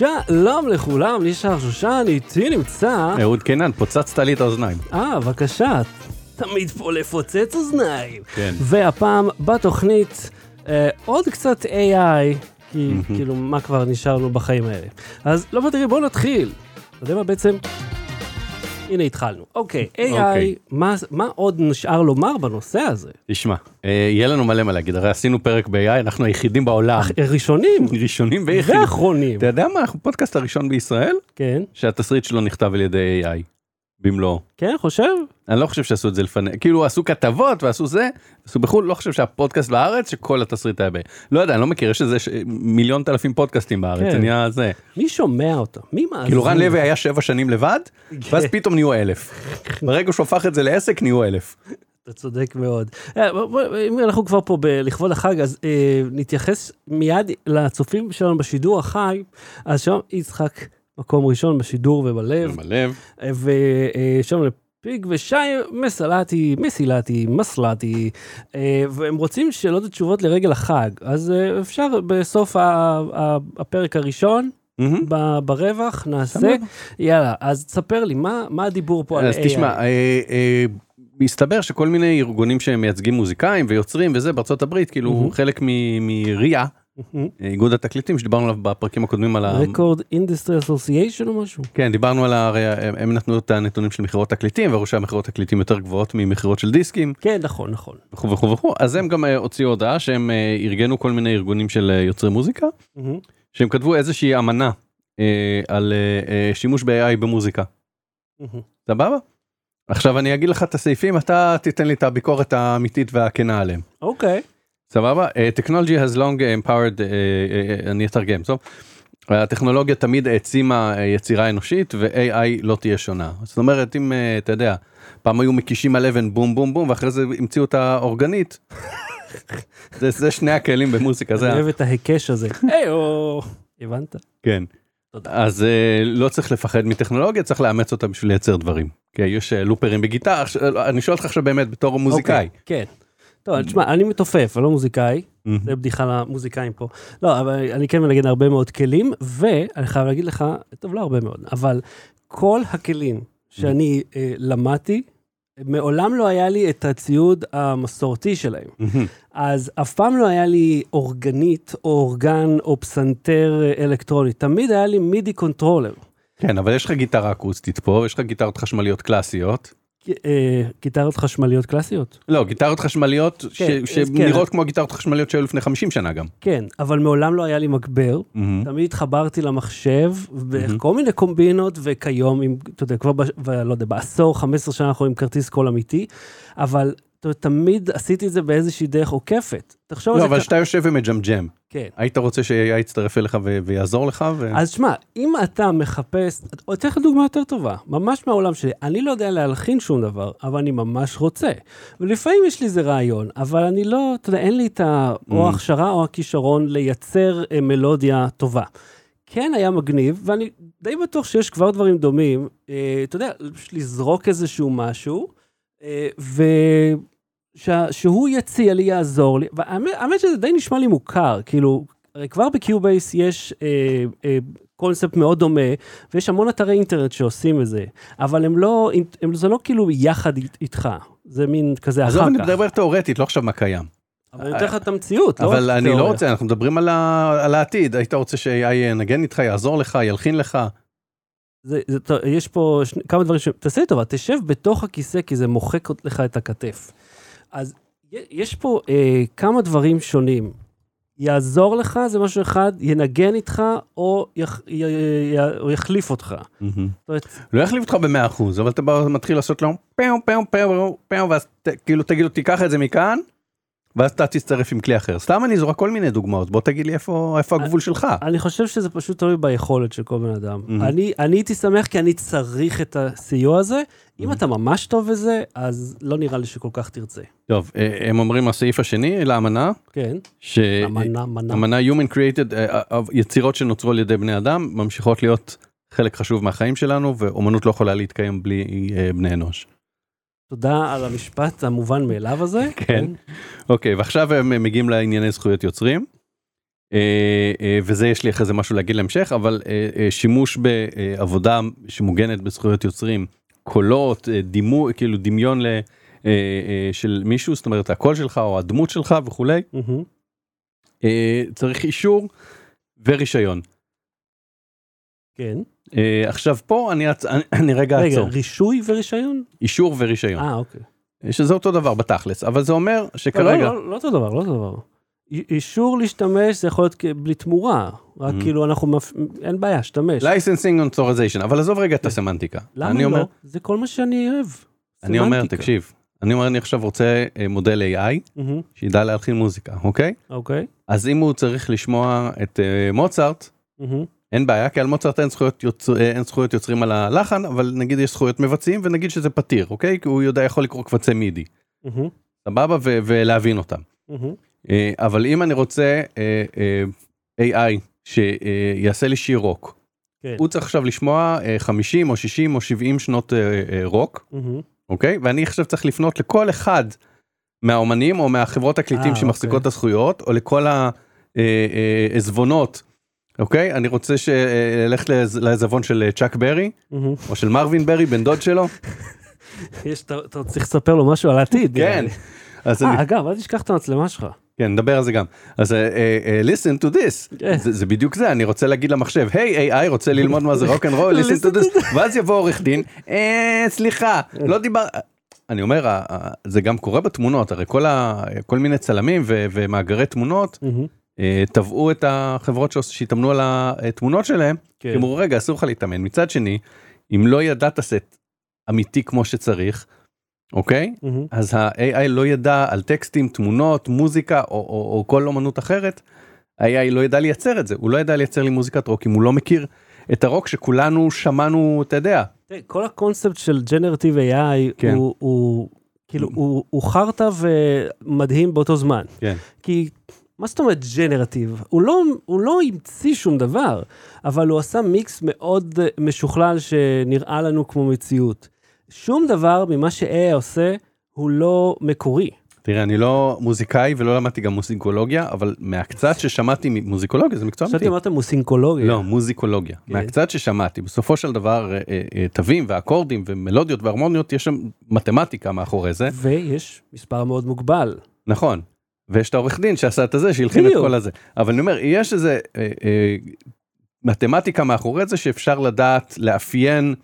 שלום לכולם, נשאר שושן, איתי נמצא... אהוד קינן, פוצצת לי את האוזניים. בבקשה, תמיד פה לפוצץ אוזניים. כן. והפעם בתוכנית עוד קצת AI, כי כאילו מה כבר נשארנו בחיים האלה. אז לא תראי, בואו נתחיל. אתה יודע מה בעצם? הנה התחלנו. אוקיי, AI, מה עוד נשאר לומר בנושא הזה? תשמע, יהיה לנו מלא מה להגיד, הרי עשינו פרק ב-AI, אנחנו היחידים בעולם. ראשונים. ראשונים ויחידים. ואחרונים. אתה יודע מה, אנחנו פודקאסט הראשון בישראל, כן. שהתסריט שלו נכתב על ידי AI, במלואו. כן, חושב? אני לא חושב שעשו את זה לפני, כאילו עשו כתבות ועשו זה, עשו בחו"ל, לא חושב שהפודקאסט בארץ, שכל התסריט היה לא יודע, אני לא מכיר, יש איזה 1,000,000 פודקאסטים בארץ, זה נהיה זה. מי שומע אותו? מי מאזין? כאילו רן לוי היה 7 שנים לבד, ואז פתאום נהיו 1,000. ברגע שהוא הפך את זה לעסק, נהיו 1,000. אתה צודק מאוד. אם אנחנו כבר פה לכבוד החג, אז נתייחס מיד לצופים שלנו בשידור החי, אז שם יצחק מקום ראשון בשידור ובלב. בלב. ושם פיג ושי מסילתי, מסלתי, והם רוצים שאלות ותשובות לרגל החג, אז אפשר בסוף הפרק הראשון, ברווח, נעשה, יאללה, אז תספר לי, מה הדיבור פה על AI? אז תשמע, מסתבר שכל מיני ארגונים שהם מייצגים מוזיקאים ויוצרים וזה בארצות הברית, כאילו חלק מריה, איגוד התקליטים שדיברנו עליו בפרקים הקודמים על Record Industry Association או משהו? כן, דיברנו על הם נתנו את הנתונים של מחירות תקליטים, והראו שהמחירות תקליטים יותר גבוהות ממחירות של דיסקים. כן, נכון. וכו'. אז הם גם הוציאו הודעה שהם ארגנו כל מיני ארגונים של יוצרי מוזיקה, שהם כתבו איזושהי אמנה על שימוש ב-AI במוזיקה. סבבה? עכשיו אני אגיד לך את הסעיפים, אתה תיתן לי את הביקורת האמיתית והכנה עליהם. אוקיי. סבבה? Technology has long empowered, אני אתרגם, טוב? הטכנולוגיה תמיד העצימה יצירה אנושית, ו-AI לא תהיה שונה. זאת אומרת, אם, אתה יודע, פעם היו מקישים על אבן, בום, בום, בום, ואחרי זה המציאו את האורגנית. זה שני הכלים במוזיקה. אני אוהב את ההיקש הזה. הבנת? כן. אז לא צריך לפחד מטכנולוגיה, צריך לאמץ אותה בשביל לייצר דברים. כי יש לופרים בגיטרה, אני שואל אותך עכשיו באמת בתור מוזיקאי. כן. טוב, תשמע, אני מתופף, אני לא מוזיקאי, זה בדיחה למוזיקאים פה. לא, אבל אני כן מנגן הרבה מאוד כלים, ואני חייב להגיד לך, טוב, לא הרבה מאוד, אבל כל הכלים שאני למדתי, מעולם לא היה לי את הציוד המסורתי שלהם. אז אף פעם לא היה לי אורגנית, או אורגן, או פסנתר אלקטרוני. תמיד היה לי מידי קונטרולר. כן, אבל יש לך גיטרה אקוסטית פה, ויש לך גיטרות חשמליות קלאסיות. גיטרות חשמליות קלאסיות? לא, גיטרות חשמליות שנראות כמו גיטרות חשמליות שהיו לפני 50 שנה גם. כן, אבל מעולם לא היה לי מגבר, תמיד התחברתי למחשב, בכל מיני קומבינות, וכיום, אתה יודע, כבר, לא יודע, בעשור, 15 שנה אנחנו עם כרטיס קול אמיתי, אבל תמיד עשיתי את זה באיזושהי דרך עוקפת. לא, אבל שאתה יושב ומג'מג'ם. כן. היית רוצה שהיה יצטרף אליך ויעזור לך? אז שמע, אם אתה מחפש, או תלך לדוגמה יותר טובה, ממש מהעולם שלי, אני לא יודע להלחין שום דבר, אבל אני ממש רוצה. ולפעמים יש לי איזה רעיון, אבל אני לא, אתה יודע, אין לי את או ההכשרה או הכישרון לייצר מלודיה טובה. כן היה מגניב, ואני די בטוח שיש כבר דברים דומים, אתה יודע, לזרוק איזשהו משהו, שהוא יציע לי, יעזור לי, והאמת שזה די נשמע לי מוכר, כאילו, כבר בקיובייס יש קונספט מאוד דומה, ויש המון אתרי אינטרנט שעושים את זה, אבל זה לא כאילו יחד איתך, זה מין כזה אחר כך. אז אני מדבר תיאורטית, לא עכשיו מה קיים. אבל אני נותן לך את המציאות, לא? אבל אני לא רוצה, אנחנו מדברים על העתיד, היית רוצה ש-AI נגן איתך, יעזור לך, ילחין לך. יש פה כמה דברים תעשה לי טובה, תשב בתוך הכיסא, כי זה מוחק לך את הכתף. אז יש פה כמה דברים שונים. יעזור לך, זה משהו אחד, ינגן איתך, או יחליף אותך. לא יחליף אותך ב100%, אבל אתה מתחיל לעשות לו, ואז כאילו תגיד לו, תיקח את זה מכאן, ואז אתה תצטרף עם כלי אחר. סתם אני זורק כל מיני דוגמאות, בוא תגיד לי איפה הגבול שלך. אני חושב שזה פשוט תלוי ביכולת של כל בן אדם. אני הייתי שמח כי אני צריך את הסיוע הזה, אם אתה ממש טוב בזה, אז לא נראה לי שכל כך תרצה. טוב, הם אומרים הסעיף השני, לאמנה, כן, אמנה Human Created, יצירות שנוצרו על ידי בני אדם, ממשיכות להיות חלק חשוב מהחיים שלנו, ואומנות לא יכולה להתקיים בלי בני אנוש. תודה על המשפט המובן מאליו הזה. כן. אוקיי, ועכשיו הם מגיעים לענייני זכויות יוצרים. וזה יש לי אחרי זה משהו להגיד להמשך, אבל שימוש בעבודה שמוגנת בזכויות יוצרים, קולות, דימוי, כאילו דמיון של מישהו, זאת אומרת הקול שלך או הדמות שלך וכולי, צריך אישור ורישיון. כן. עכשיו פה אני רגע אעצור. רגע, רישוי ורישיון? אישור ורישיון. אוקיי. שזה אותו דבר בתכלס, אבל זה אומר שכרגע... לא אותו דבר, לא אותו דבר. אישור להשתמש זה יכול להיות בלי תמורה, רק כאילו אנחנו, אין בעיה, שתמש. Licensing Authorization, אבל עזוב רגע את הסמנטיקה. למה לא? זה כל מה שאני אוהב. אני אומר, תקשיב, אני עכשיו רוצה מודל AI, שידע להלחין מוזיקה, אוקיי? אוקיי. אז אם הוא צריך לשמוע את מוצרט, אין בעיה, כי על מוצרט אין זכויות יוצרים על הלחן, אבל נגיד יש זכויות מבצעים, ונגיד שזה פתיר, אוקיי? כי הוא יודע, יכול לקרוא קבצי מידי. סבבה, ולהבין אותם. אבל אם אני רוצה AI שיעשה לי שיר רוק, הוא צריך עכשיו לשמוע 50 או 60 או 70 שנות רוק, אוקיי? ואני עכשיו צריך לפנות לכל אחד מהאומנים או מהחברות הקליטים שמחזיקות את הזכויות, או לכל העזבונות, אוקיי? אני רוצה ללכת לעזבון של צ'אק ברי, או של מרווין ברי, בן דוד שלו. אתה צריך לספר לו משהו על העתיד. כן. אגב, אל תשכח את המצלמה שלך. כן, נדבר על זה גם. אז listen to this, זה בדיוק זה, אני רוצה להגיד למחשב, היי, AI רוצה ללמוד מה זה רוק אנד רול, listen to this, ואז יבוא עורך דין, סליחה, לא דיבר, אני אומר, זה גם קורה בתמונות, הרי כל מיני צלמים ומאגרי תמונות, טבעו את החברות שהתאמנו על התמונות שלהם, כי אמרו, רגע, אסור לך להתאמן. מצד שני, אם לא ידעת סט אמיתי כמו שצריך, אוקיי? אז ה-AI לא ידע על טקסטים, תמונות, מוזיקה, או כל אומנות אחרת, ה-AI לא ידע לייצר את זה. הוא לא ידע לייצר לי מוזיקת רוק, אם הוא לא מכיר את הרוק שכולנו שמענו, אתה יודע. כל הקונספט של ג'נרטיב AI הוא חרטה ומדהים באותו זמן. כן. כי מה זאת אומרת ג'נרטיב? הוא לא המציא שום דבר, אבל הוא עשה מיקס מאוד משוכלל שנראה לנו כמו מציאות. שום דבר ממה ש-AI עושה הוא לא מקורי. תראה, אני לא מוזיקאי ולא למדתי גם מוזיקולוגיה, אבל מהקצת ששמעתי מוזיקולוגיה, זה מקצוע אמיתי. חשבתי אמרת מוזיקולוגיה. לא, מוזיקולוגיה. מהקצת ששמעתי, בסופו של דבר, תווים ואקורדים ומלודיות והרמוניות, יש שם מתמטיקה מאחורי זה. ויש מספר מאוד מוגבל. נכון. ויש את העורך דין שעשה את זה, שהלחין את כל הזה. אבל אני אומר, יש איזה מתמטיקה מאחורי זה, שאפשר לדעת, לאפיין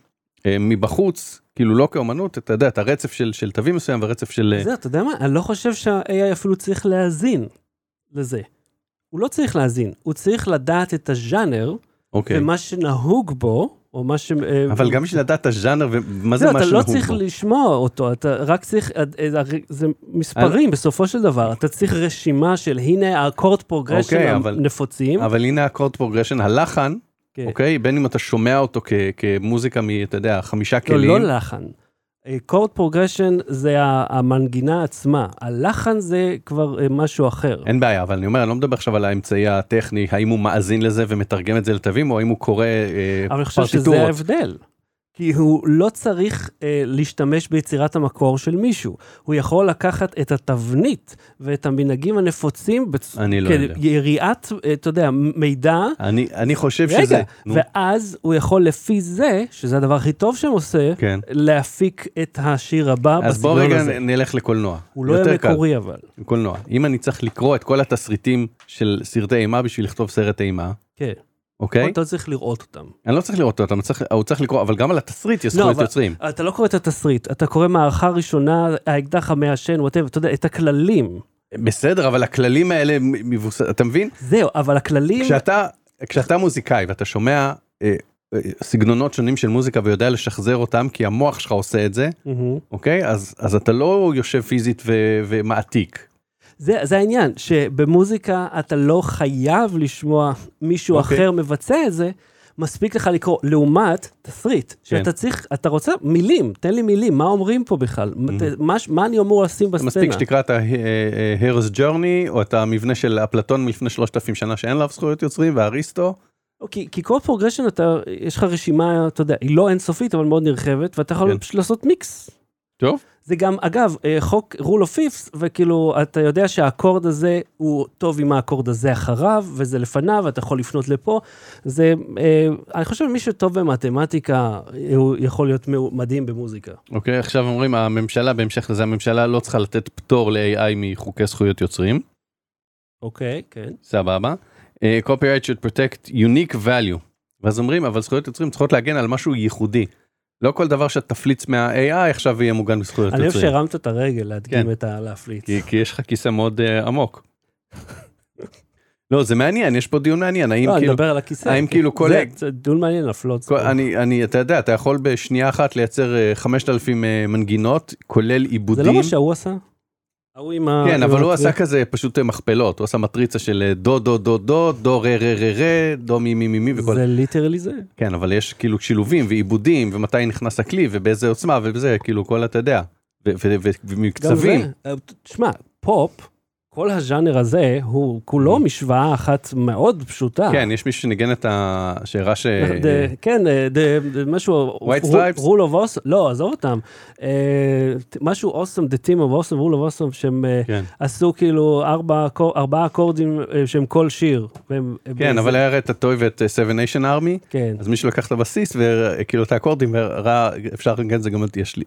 מבחוץ, כאילו לא כאומנות, אתה יודע, את הרצף של תווים מסוים, והרצף של... זה, אתה יודע מה? אני לא חושב שה-AI אפילו צריך להאזין לזה. הוא לא צריך להאזין, הוא צריך לדעת את הז'אנר, ומה שנהוג בו, או מה ש... אבל גם בשביל לדעת את הז'אנר, ומה זה מה שנהוג בו? אתה לא צריך לשמוע אותו, אתה רק צריך, זה מספרים בסופו של דבר, אתה צריך רשימה של הנה האקורד פרוגרשן הנפוצים. אבל הנה האקורד פרוגרשן, הלחן, אוקיי? בין אם אתה שומע אותו כמוזיקה אתה יודע, 5 כלים. לא לחן. קורד פרוגרשן זה המנגינה עצמה, הלחן זה כבר משהו אחר. אין בעיה, אבל אני אומר, אני לא מדבר עכשיו על האמצעי הטכני, האם הוא מאזין לזה ומתרגם את זה לתווים, או האם הוא קורא פרטיטורות. אבל אני חושב שזה ההבדל. כי הוא לא צריך להשתמש ביצירת המקור של מישהו. הוא יכול לקחת את התבנית ואת המנהגים הנפוצים כיריעת, אתה יודע, מידע. אני חושב שזה... רגע, ואז הוא יכול לפי זה, שזה הדבר הכי טוב שהם עושה, להפיק את השיר הבא בסגנון הזה. אז בוא רגע נלך לקולנוע. הוא לא יהיה מקורי אבל. קולנוע. אם אני צריך לקרוא את כל התסריטים של סרטי אימה בשביל לכתוב סרט אימה, כן. אוקיי? אתה צריך לראות אותם. אני לא צריך לראות אותם, הוא צריך לקרוא, אבל גם על התסריט יש זכויות יוצרים. אתה לא קורא את התסריט, אתה קורא מערכה ראשונה, האקדח המעשן, אתה יודע, את הכללים. בסדר, אבל הכללים האלה אתה מבין? זהו, אבל הכללים... כשאתה מוזיקאי ואתה שומע סגנונות שונים של מוזיקה ויודע לשחזר אותם, כי המוח שלך עושה את זה, אוקיי? אז אתה לא יושב פיזית ומעתיק. זה העניין, שבמוזיקה אתה לא חייב לשמוע מישהו אחר מבצע את זה, מספיק לך לקרוא, לעומת תסריט, שאתה צריך, אתה רוצה מילים, תן לי מילים, מה אומרים פה בכלל? מה אני אמור לשים בסצנה? מספיק שתקרא את ה-Hero's Journey, או את המבנה של אפלטון מלפני 3,000 שנה שאין לה זכויות יוצרים, והאריסטו. כי כל פרוגרשן, יש לך רשימה, אתה יודע, היא לא אינסופית, אבל מאוד נרחבת, ואתה יכול פשוט לעשות מיקס. טוב. זה גם, אגב, חוק rule of fifths, וכאילו, אתה יודע שהאקורד הזה הוא טוב עם האקורד הזה אחריו, וזה לפניו, אתה יכול לפנות לפה. זה, אני חושב שמי שטוב במתמטיקה, הוא יכול להיות מדהים במוזיקה. אוקיי, עכשיו אומרים, הממשלה, בהמשך לזה, הממשלה לא צריכה לתת פטור ל-AI מחוקי זכויות יוצרים. אוקיי, כן. סבבה. Copyright should protect unique value. ואז אומרים, אבל זכויות יוצרים צריכות להגן על משהו ייחודי. לא כל דבר שתפליץ מה-AI עכשיו יהיה מוגן בזכויות יוצרים. אני אוהב שהרמת את הרגל להדגים את להפליץ. כי יש לך כיסא מאוד עמוק. לא, זה מעניין, יש פה דיון מעניין. לא, אני מדבר על הכיסא. האם כאילו כל... זה דיון מעניין, להפלוץ. אתה יודע, אתה יכול בשנייה אחת לייצר 5,000 מנגינות, כולל עיבודים. זה לא מה שהוא עשה? כן, אבל הוא עשה כזה פשוט מכפלות, הוא עשה מטריצה של דו, דו, דו, דו, דו, רה, רה, רה, רה, דו, מי, מי, מי, מי, וכל... זה ליטרלי זה. כן, אבל יש כאילו שילובים ועיבודים, ומתי נכנס הכלי, ובאיזה עוצמה, ובזה, כאילו, כל אתה יודע, ומקצבים. תשמע, פופ, כל הז'אנר הזה, הוא כולו משוואה אחת מאוד פשוטה. כן, יש מישהו שניגן את השארה ש... כן, משהו... White Stripes? Rule of Awesome, לא, עזוב אותם. משהו Awesome, The Team of Awesome, Rule of Awesome, שהם עשו כאילו 4 אקורדים שהם כל שיר. כן, אבל היה את הטוי ואת Seven Nation Army, אז מישהו לקח את הבסיס, וכאילו את האקורדים, וראה, אפשר לנגן זה גם את יש לי,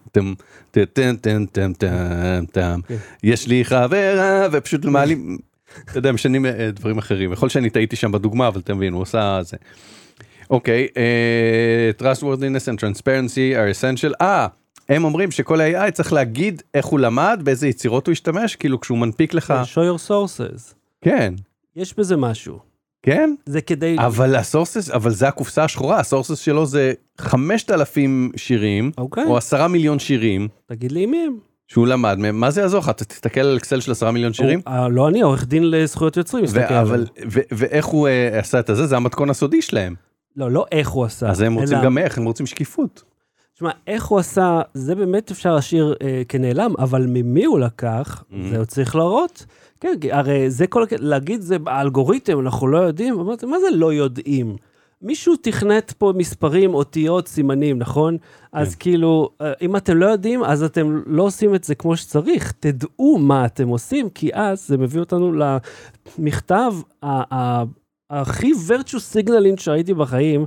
יש לי חברה, ופשוט למעלים, אתה יודע, משנים דברים אחרים. יכול שאני טעיתי שם בדוגמה, אבל אתה מבין, הוא עושה זה. אוקיי, trustworthiness and transparency are essential. הם אומרים שכל ה-AI צריך להגיד איך הוא למד, באיזה יצירות הוא השתמש, כאילו כשהוא מנפיק לך... show your sources. כן. יש בזה משהו. כן? זה כדי... אבל הסורסס, אבל זה הקופסה השחורה, הסורסס שלו זה 5,000 שירים, או 10 מיליון שירים. תגיד לי מי הם. שהוא למד, מה זה יעזור לך? אתה תסתכל על אקסל של 10 מיליון שירים? לא אני, עורך דין לזכויות יוצרים, מסתכל עליהם. ואיך הוא עשה את זה? זה המתכון הסודי שלהם. לא איך הוא עשה. אז הם רוצים גם איך, הם רוצים שקיפות. תשמע, איך הוא עשה, זה באמת אפשר להשאיר כנעלם, אבל ממי הוא לקח, זה הוא צריך להראות. כן, הרי זה כל, להגיד זה באלגוריתם, אנחנו לא יודעים, מה זה לא יודעים? מישהו תכנת פה מספרים, אותיות, סימנים, נכון? אז כאילו, אם אתם לא יודעים, אז אתם לא עושים את זה כמו שצריך. תדעו מה אתם עושים, כי אז זה מביא אותנו למכתב הכי virtue signaling שהייתי בחיים,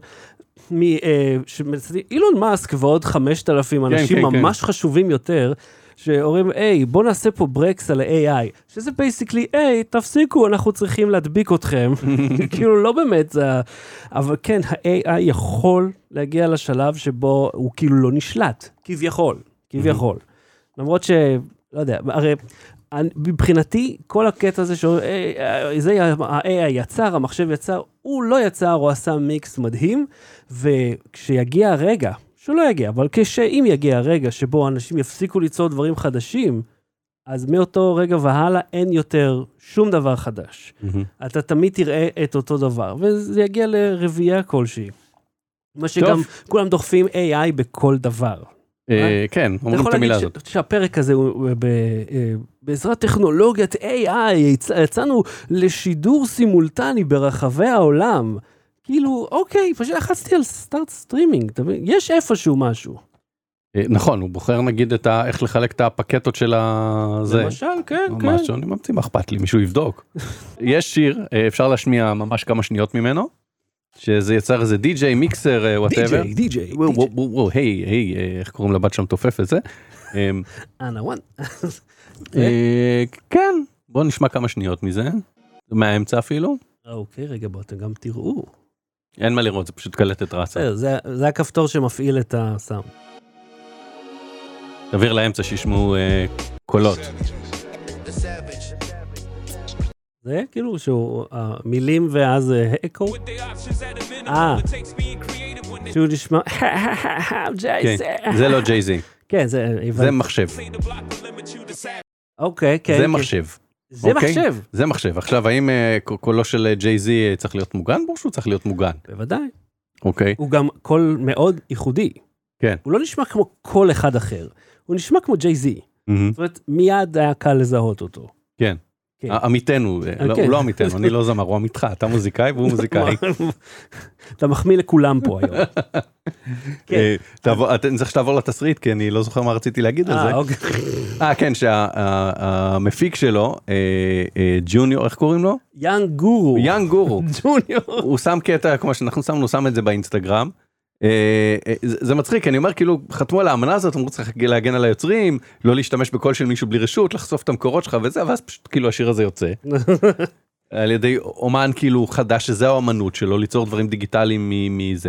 אילון מאסק ועוד 5,000 אנשים ממש חשובים יותר, שאומרים, בוא נעשה פה ברקס על ה-AI, שזה basically, תפסיקו, אנחנו צריכים להדביק אתכם, כאילו לא באמת, אבל כן, ה-AI יכול להגיע לשלב שבו הוא כאילו לא נשלט, כביכול, למרות ש, לא יודע, הרי, מבחינתי, כל הקטע הזה, ה-AI יצר, המחשב יצר, הוא לא יצר, הוא עשה מיקס מדהים, וכשיגיע הרגע, שהוא לא יגיע, אבל כשאם יגיע הרגע שבו אנשים יפסיקו ליצור דברים חדשים, אז מאותו רגע והלאה אין יותר שום דבר חדש. אתה תמיד תראה את אותו דבר, וזה יגיע לרבייה כלשהי. מה שגם כולם דוחפים AI בכל דבר. כן, אומרים את המילה הזאת. שהפרק הזה הוא בעזרת טכנולוגיית AI, יצאנו לשידור סימולטני ברחבי העולם. כאילו, אוקיי, פשוט לחצתי על סטארט סטרימינג, יש איפשהו משהו. נכון, הוא בוחר נגיד איך לחלק את הפקטות של זה. למשל, כן. ממש, אני ממציא מה אכפת לי, מישהו יבדוק. יש שיר, אפשר להשמיע ממש כמה שניות ממנו, שזה יצר איזה די-ג'יי, מיקסר, whatever. די-ג'יי. היי, איך קוראים לבת שם תופף את זה? אנה וואן. כן, בואו נשמע כמה שניות מזה, מהאמצע אפילו. אוקיי, רגע, בואו אתם גם תראו. אין מה לראות, זה פשוט קלטת רצה. זה הכפתור שמפעיל את הסאונד. תעביר לאמצע שישמעו קולות. זה כאילו שהוא המילים ואז אקו. שהוא נשמע ג'ייזי. זה לא ג'ייזי. כן, זה מחשב. אוקיי, כן. זה מחשב. זה מחשב. זה מחשב. עכשיו, האם קולו של ג'ייזי צריך להיות מוגן בו, שהוא צריך להיות מוגן? בוודאי. אוקיי. הוא גם קול מאוד ייחודי. כן. הוא לא נשמע כמו קול אחד אחר. הוא נשמע כמו ג'ייזי. זאת אומרת, מיד היה קל לזהות אותו. כן. עמיתנו, הוא לא עמיתנו, אני לא זמר, הוא עמיתך, אתה מוזיקאי והוא מוזיקאי. אתה מחמיא לכולם פה היום. אני צריך שתעבור לתסריט, כי אני לא זוכר מה רציתי להגיד על זה. כן, שהמפיק שלו, ג'וניור, איך קוראים לו? יאנג גורו. יאנג גורו. ג'וניור. הוא שם קטע, כמו שאנחנו שמנו, הוא שם את זה באינסטגרם. זה מצחיק, אני אומר, כאילו, חתמו על האמנה הזאת, אמרו צריך להגן על היוצרים, לא להשתמש בקול של מישהו בלי רשות, לחשוף את המקורות שלך וזה, ואז פשוט כאילו השיר הזה יוצא. על ידי אומן כאילו חדש, שזה האמנות שלו, ליצור דברים דיגיטליים מזה.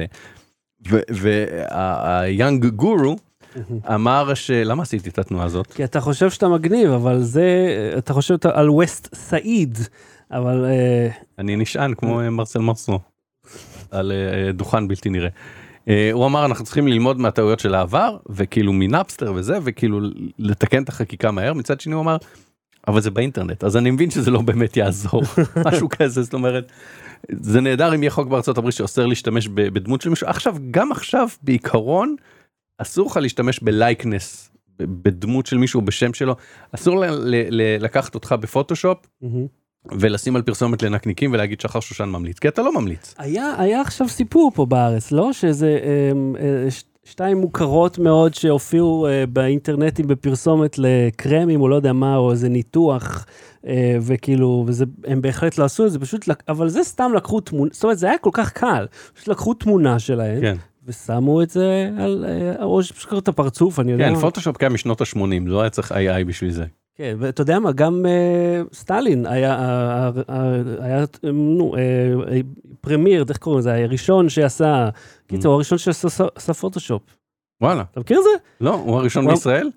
והיאנג גורו אמר למה עשיתי את התנועה הזאת? כי אתה חושב שאתה מגניב, אבל זה, אתה חושב על ווסט סעיד, אבל... אני נשען כמו מרסל מרסו, על דוכן בלתי נראה. הוא אמר, אנחנו צריכים ללמוד מהטעויות של העבר, וכאילו מנאפסטר וזה, וכאילו לתקן את החקיקה מהר. מצד שני הוא אמר, אבל זה באינטרנט, אז אני מבין שזה לא באמת יעזור, משהו כזה, זאת אומרת, זה נהדר אם יהיה חוק בארצות הברית שאוסר להשתמש בדמות של מישהו. עכשיו, גם עכשיו, בעיקרון, אסור לך להשתמש בלייקנס, בדמות של מישהו, בשם שלו, אסור לקחת אותך בפוטושופ, ולשים על פרסומת לנקניקים ולהגיד שחר שושן ממליץ, כי אתה לא ממליץ. היה עכשיו סיפור פה בארץ, לא? שזה שתיים מוכרות מאוד שהופיעו באינטרנטים בפרסומת לקרמים או לא יודע מה, או איזה ניתוח, וכאילו, הם בהחלט לא עשו את זה, פשוט, אבל זה סתם לקחו תמונה, זאת אומרת, זה היה כל כך קל, פשוט לקחו תמונה שלהם, כן. ושמו את זה על, או שפשוט קראו את הפרצוף, אני יודע. כן, פוטושופ קיים משנות ה-80, לא היה צריך AI בשביל זה. כן, ואתה יודע מה, גם סטלין היה פרמיר, איך קוראים לזה, הראשון שעשה, קיצור, הוא הראשון שעשה פוטושופ. וואלה. אתה מכיר זה? לא, הוא הראשון בישראל?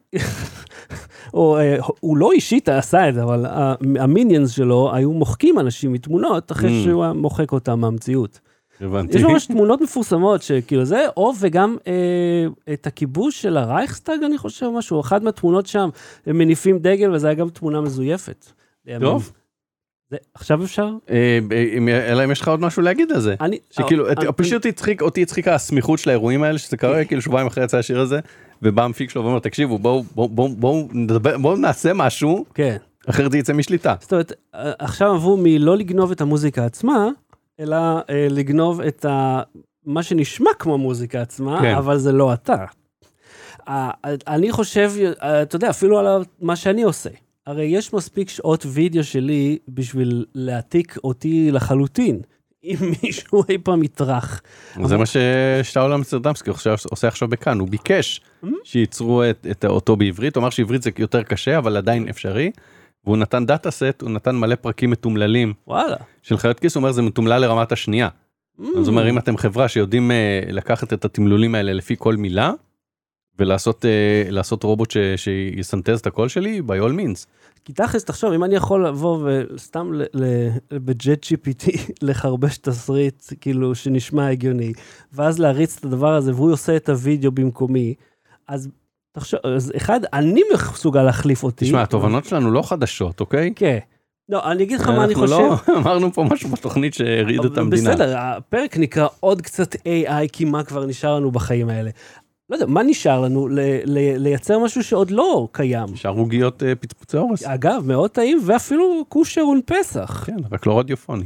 הוא לא אישית עשה את זה, אבל המיניאנס שלו היו מוחקים אנשים מתמונות, אחרי שהוא מוחק אותם מהמציאות. הבנתי. יש ממש תמונות מפורסמות שכאילו זה, או וגם את הכיבוש של הרייכסטאג, אני חושב משהו, אחת מהתמונות שם, הם מניפים דגל, וזה היה גם תמונה מזויפת. טוב. עכשיו אפשר? אלא אם יש לך עוד משהו להגיד על זה. שכאילו, פשוט אותי הצחיקה הסמיכות של האירועים האלה, שזה קרה כאילו שבועיים אחרי יצא השיר הזה, ובא המפיק שלו ואומר, תקשיבו, בואו נעשה משהו, אחרת זה יצא משליטה. זאת אומרת, עכשיו עברו מלא לגנוב את המוזיקה עצמה, אלא לגנוב את מה שנשמע כמו מוזיקה עצמה, אבל זה לא אתה. אני חושב, אתה יודע, אפילו על מה שאני עושה. הרי יש מספיק שעות וידאו שלי בשביל להעתיק אותי לחלוטין, אם מישהו אי פעם יטרח. זה מה ששאול אמסטרדמסקי עושה עכשיו בכאן, הוא ביקש שייצרו אותו בעברית, הוא אמר שעברית זה יותר קשה, אבל עדיין אפשרי, והוא נתן דאטה סט, הוא נתן מלא פרקים מתומללים של חיות כיס, הוא אומר זה מתומלל לרמת השנייה. אז הוא אומר, אם אתם חברה שיודעים לקחת את התמלולים האלה לפי כל מילה, ולעשות רובוט שיסנטז את הקול שלי, by all means. כי תכלס, תחשוב, אם אני יכול לבוא וסתם בג'ט GPT לחרבש תסריט, כאילו, שנשמע הגיוני, ואז להריץ את הדבר הזה, והוא עושה את הוידאו במקומי, אז תחשוב, אז אחד, אני מסוגל להחליף אותי. תשמע, התובנות שלנו לא חדשות, אוקיי? כן. לא, אני אגיד לך מה אני חושב. אנחנו לא אמרנו פה משהו בתוכנית שהריד את המדינה. בסדר, הפרק נקרא עוד קצת AI, כי מה כבר נשאר לנו בחיים האלה. לא יודע, מה נשאר לנו? לייצר משהו שעוד לא קיים. נשאר עוגיות פצפוצי אורס. אגב, מאוד טעים, ואפילו כושר ונפסח. כן, רק לא רדיופוני.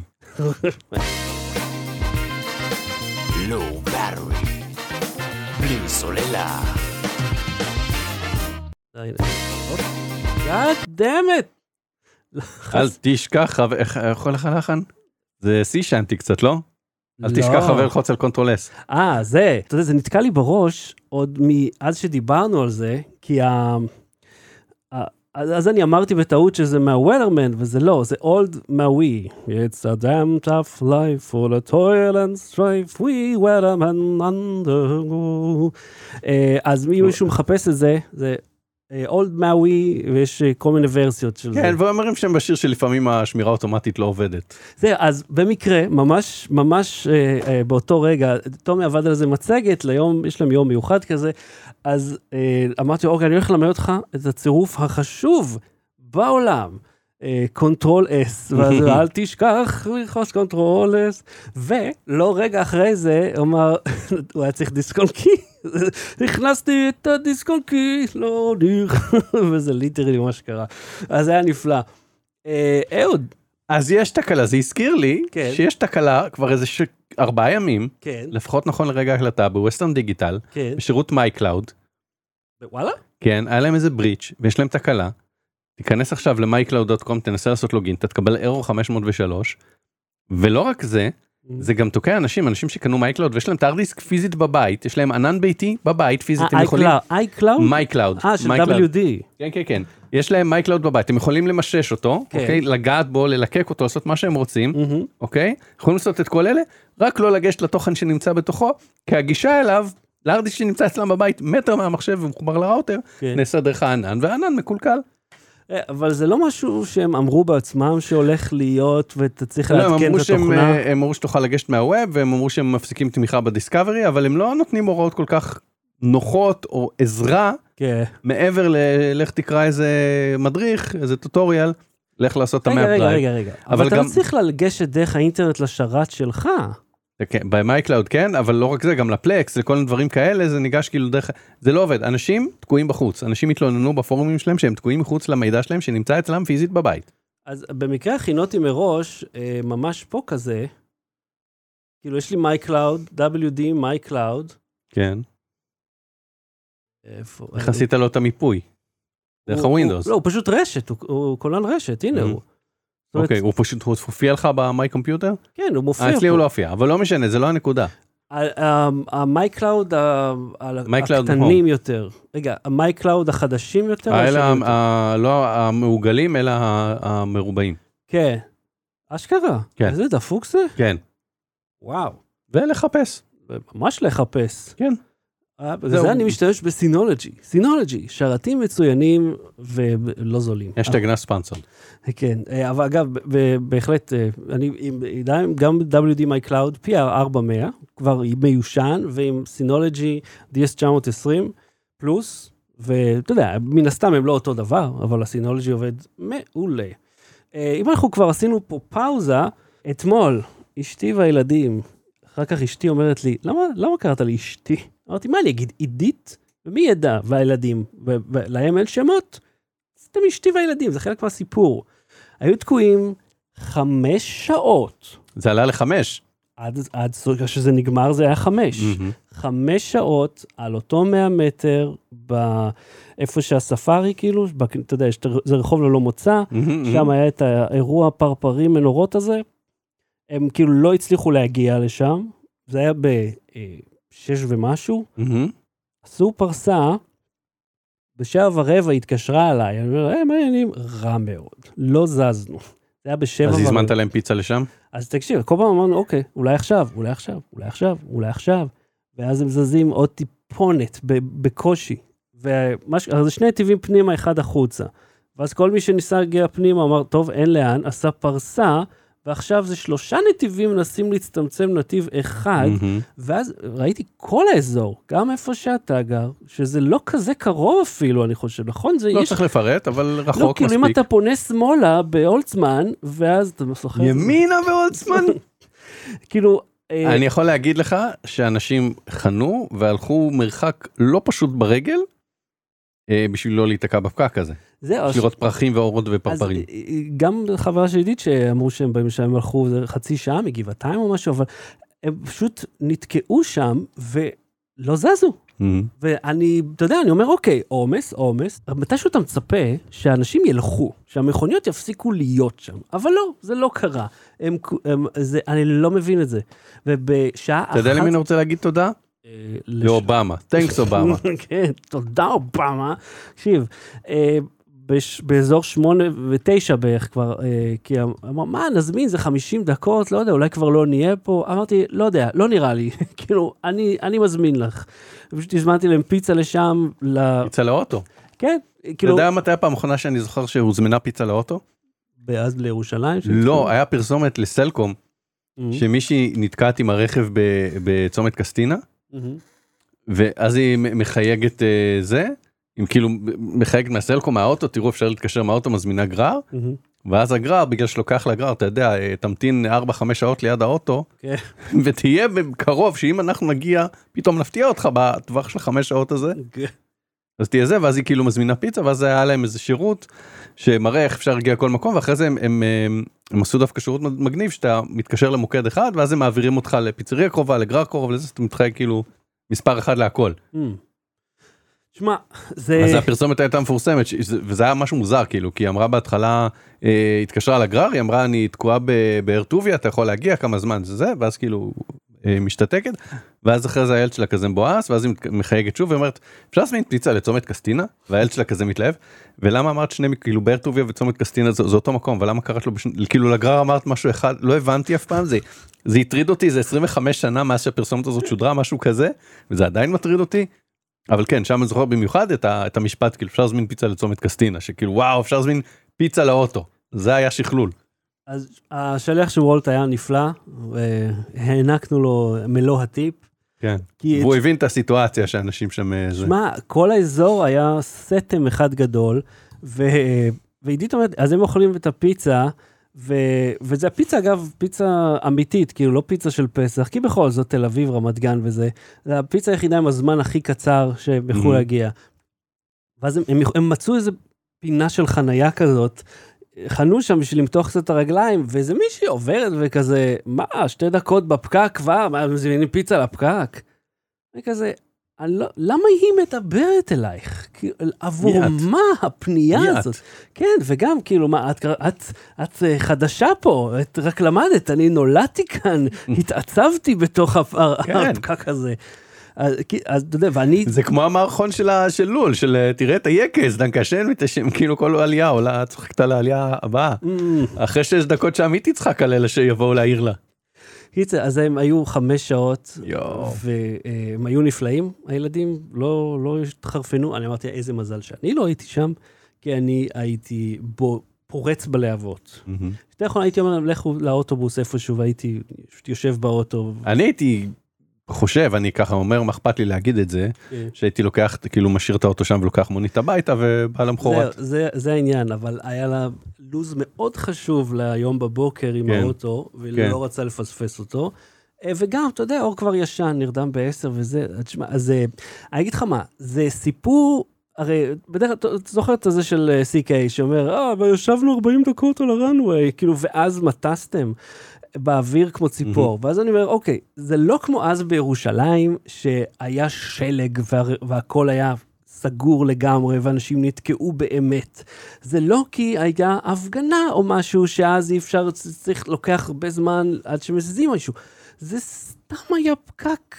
Low battery. בלי סוללה. God damn it. אל תשכח, איך יכול לך לחן? זה סי שנטי קצת, לא? אל תשכח חבר לחוץ על קונטרול S. זה, אתה יודע, זה נתקע לי בראש, עוד מאז שדיברנו על זה, כי אז אני אמרתי בטעות שזה מהוולרמן, וזה לא, זה old Maui. It's a damn tough life for the toil and strife, we weathermen undergo. אז אם מישהו מחפש את זה, זה old Maui, ויש כל מיני ורסיות של זה. כן, ואומרים שהם בשיר שלפעמים השמירה האוטומטית לא עובדת. זה, אז במקרה, ממש באותו רגע, תומי עבד על זה מצגת, יש להם יום מיוחד כזה, אז אמרתי, אוקיי, אני הולך ללמד אותך את הצירוף החשוב בעולם, קונטרול S, ואז אל תשכח ללחוץ קונטרול S, ולא רגע אחרי זה, אמר, הוא היה צריך דיסק-און-קי, הכנסתי את הדיסק-און-קי, לא דיר, וזה ליטרלי מה שקרה. אז זה היה נפלא. אהוד. אז יש תקלה, זה הזכיר לי כן. שיש תקלה כבר איזה 4 ימים, כן. לפחות נכון לרגע ההקלטה, בווסטרן דיגיטל, כן. בשירות מייקלאוד, וואלה? כן, היה להם איזה בריץ' ויש להם תקלה, תיכנס עכשיו ל-mycloud.com, תנסה לעשות לוגין, אתה תקבל error 503, ולא רק זה, זה גם תוקע אנשים שקנו מייקלאוד, ויש להם את הארדיסק פיזית בבית, יש להם ענן ביתי בבית פיזית, הם יכולים... iCloud? מייקלאוד. של WD. כן, כן, כן. יש להם מייקלאוד בבית, הם יכולים למשש אותו, אוקיי? לגעת בו, ללקק אותו, לעשות מה שהם רוצים, אוקיי? יכולים לעשות את כל אלה, רק לא לגשת לתוכן שנמצא בתוכו, כי הגישה אליו, לארדיסק שנמצא אצלם בבית, מטר מהמחשב ומחובר לראוטר, נעשה דרך הענן, והענן מקולקל. אבל זה לא משהו שהם אמרו בעצמם שהולך להיות ואתה צריך להתקן את התוכנה. הם אמרו שתוכל לגשת מהווב, והם אמרו שהם מפסיקים תמיכה בדיסקאברי, אבל הם לא נותנים הוראות כל כך נוחות או עזרה, מעבר לך תקרא איזה מדריך, איזה טוטוריאל, לך לעשות את המאפ דרייב. רגע. אבל אתה לא צריך לגשת דרך האינטרנט לשרת שלך. במייקלאוד כן, אבל לא רק זה, גם לפלקס, לכל מיני דברים כאלה, זה ניגש כאילו דרך, זה לא עובד, אנשים תקועים בחוץ, אנשים התלוננו בפורומים שלהם שהם תקועים מחוץ למידע שלהם שנמצא אצלם פיזית בבית. אז במקרה הכינותי מראש, ממש פה כזה, כאילו יש לי מייקלאוד, WD מייקלאוד. כן. איך עשית לו את המיפוי? דרך הווינדוס. לא, הוא פשוט רשת, הוא כולן רשת, הנה הוא. אוקיי, הוא פשוט הופיע לך במי קומפיוטר? כן, הוא מופיע פה. אצלי הוא לא הופיע, אבל לא משנה, זה לא הנקודה. המייקלאוד הקטנים יותר. רגע, המייקלאוד החדשים יותר? לא המעוגלים, אלא המרובעים. כן. אשכרה? איזה דפוק זה? כן. וואו. ולחפש. ממש לחפש. כן. בזה אני משתמש בסינולוגי. סינולוגי, שרתים מצוינים ולא זולים. השטג ספונסר. כן, אבל אגב, בהחלט, אני גם WD MyCloud PR400, כבר מיושן, ועם סינולוגי DS920 פלוס, ואתה יודע, מן הסתם הם לא אותו דבר, אבל הסינולוגי עובד מעולה. אם אנחנו כבר עשינו פה פאוזה, אתמול, אשתי והילדים, אחר כך אשתי אומרת לי, למה קראת לי אשתי? אמרתי, מה אני אגיד, עידית? ומי ידע? והילדים, ולהם אין שמות? זה אשתי והילדים, זה חלק מהסיפור. היו תקועים 5 שעות. זה עלה ל5. עד שזה נגמר זה היה 5. 5 שעות על אותו 100 מטר, איפה שהספארי כאילו, אתה יודע, זה רחוב ללא מוצא, שם היה את האירוע פרפרים מנורות הזה, הם כאילו לא הצליחו להגיע לשם, זה היה ב6 ומשהו, עשו פרסה, ב7:15 התקשרה עליי, אני אומר, מה העניינים? רע מאוד, לא זזנו. זה היה ב7:15. אז הזמנת להם פיצה לשם? אז תקשיב, כל פעם אמרנו, אוקיי, אולי עכשיו, ואז הם זזים עוד טיפונת, בקושי, אז זה 2 נתיבים פנימה, 1 החוצה, ואז כל מי שניסה להגיע פנימה, אמר, טוב, אין לאן, עשה פרסה, ועכשיו זה 3 נתיבים מנסים להצטמצם נתיב 1, ואז ראיתי כל האזור, גם איפה שאתה גר, שזה לא כזה קרוב אפילו, אני חושב, נכון? לא צריך לפרט, אבל רחוק מספיק. לא, כאילו אם אתה פונה שמאלה באולצמן, ואז אתה מסוחר... ימינה באולצמן? כאילו... אני יכול להגיד לך שאנשים חנו והלכו מרחק לא פשוט ברגל, בשביל לא להתקע בפקק הזה. לראות פרחים ואורות ופרפרים. גם חברה שלידית שאמרו שהם באים שם, הם הלכו חצי שעה מגבעתיים או משהו, אבל הם פשוט נתקעו שם ולא זזו. ואני, אתה יודע, אני אומר, אוקיי, עומס, מתישהו אתה מצפה שאנשים ילכו, שהמכוניות יפסיקו להיות שם, אבל לא, זה לא קרה. אני לא מבין את זה. ובשעה אתה יודע למי אני רוצה להגיד תודה? לאובמה, תנקס אובמה. כן, תודה אובמה. תקשיב, באזור 8 ו9 בערך כבר, כי אמר, מה נזמין, זה 50 דקות, לא יודע, אולי כבר לא נהיה פה. אמרתי, לא יודע, לא נראה לי, כאילו, אני מזמין לך. פשוט הזמנתי להם פיצה לשם. פיצה לאוטו? כן. אתה יודע מתי הפעם האחרונה שאני זוכר שהוזמנה פיצה לאוטו? אז לירושלים? לא, היה פרסומת לסלקום, שמישהי נתקעת עם הרכב בצומת קסטינה, ואז היא מחייגת זה, אם כאילו מחייגת מהסלקום מהאוטו, תראו אפשר להתקשר מהאוטו, מזמינה גרר, ואז הגרר, בגלל שלוקח לגרר, אתה יודע, תמתין 4-5 שעות ליד האוטו, ותהיה בקרוב, שאם אנחנו נגיע, פתאום נפתיע אותך בטווח של 5 שעות הזה, אז תהיה זה, ואז היא כאילו מזמינה פיצה, ואז היה להם איזה שירות, שמראה איך אפשר להגיע כל מקום, ואחרי זה הם עשו דווקא שירות מגניב, שאתה מתקשר למוקד אחד, ואז הם מעבירים אותך לפיצריה קרובה, לגרר קרוב, לזה, אתה מתחייג כאילו מספר אחד להכל. שמע, זה... אז הפרסומת הייתה מפורסמת, וזה היה משהו מוזר, כאילו, כי היא אמרה בהתחלה, התקשרה לגרר, היא אמרה, אני תקועה באר טוביה, אתה יכול להגיע כמה זמן, זה, ואז כאילו, משתתקת, ואז אחרי זה הילד שלה כזה מבואס, ואז היא מחייגת שוב, ואומרת, אפשר להזמין פיצה לצומת קסטינה, והילד שלה כזה מתלהב, ולמה אמרת שני, כאילו, באר טוביה וצומת קסטינה, זה אותו מקום, ולמה קראת לו, כאילו, לגרר אמרת משהו אחד, לא הבנתי אף פעם, זה הטריד אותי, זה 25 שנה מאז שהפרסומת הזאת שודרה, משהו כזה, וזה עדיין מטריד אותי. אבל כן, שם אני זוכר במיוחד את המשפט, כאילו אפשר להזמין פיצה לצומת קסטינה, שכאילו וואו, אפשר להזמין פיצה לאוטו, זה היה שכלול. אז השליח של וולט היה נפלא, והענקנו לו מלוא הטיפ. כן, והוא הבין את הסיטואציה שאנשים שם... שמע, כל האזור היה סתם אחד גדול, ועידית אומרת, אז הם אוכלים את הפיצה, וזה הפיצה, אגב, פיצה אמיתית, כאילו לא פיצה של פסח, כי בכל זאת תל אביב, רמת גן וזה, זה הפיצה היחידה עם הזמן הכי קצר שהם יכולו להגיע. ואז הם מצאו איזו פינה של חנייה כזאת, חנו שם בשביל למתוח קצת את הרגליים, ואיזה מישהי עוברת וכזה, מה, 2 דקות בפקק כבר, מה, מזמינים פיצה לפקק? וכזה, למה היא מדברת אלייך? עבור מה הפנייה הזאת? כן, וגם כאילו, מה, את חדשה פה, את רק למדת, אני נולדתי כאן, התעצבתי בתוך הפקק הזה. אז אתה יודע, ואני... זה כמו המערכון של לול, של תראה את היקס, דנקשן מתשם, כאילו כל עלייה עולה, צוחקת על העלייה הבאה. אחרי 6 דקות שם היא תצחק על אלה שיבואו להעיר לה. אז הם היו 5 שעות, והם היו נפלאים, הילדים לא התחרפנו, אני אמרתי, איזה מזל שאני לא הייתי שם, כי אני הייתי פורץ בלהבות. שתי יכול, הייתי אומר, לכו לאוטובוס איפשהו, והייתי יושב באוטו. אני הייתי חושב, אני ככה אומר, מה אכפת לי להגיד את זה, שהייתי לוקח, כאילו משאיר את האוטו שם ולוקח מונית הביתה ובא למחרת. זה העניין, אבל היה לה לוז מאוד חשוב להיום בבוקר עם האוטו, ולא רצה לפספס אותו, וגם, אתה יודע, אור כבר ישן, נרדם ב10 וזה, אז אני אגיד לך מה, זה סיפור, הרי בדרך כלל, אתה זוכר את זה של CK, שאומר, וישבנו 40 דקות על הרנווי, כאילו, ואז מטסתם, באוויר כמו ציפור, ואז אני אומר, אוקיי, זה לא כמו אז בירושלים, שהיה שלג והכל היה סגור לגמרי, ואנשים נתקעו באמת. זה לא כי היה הפגנה או משהו, שאז אי אפשר, צריך לוקח הרבה זמן עד שמזיזים משהו. זה סתם היה פקק,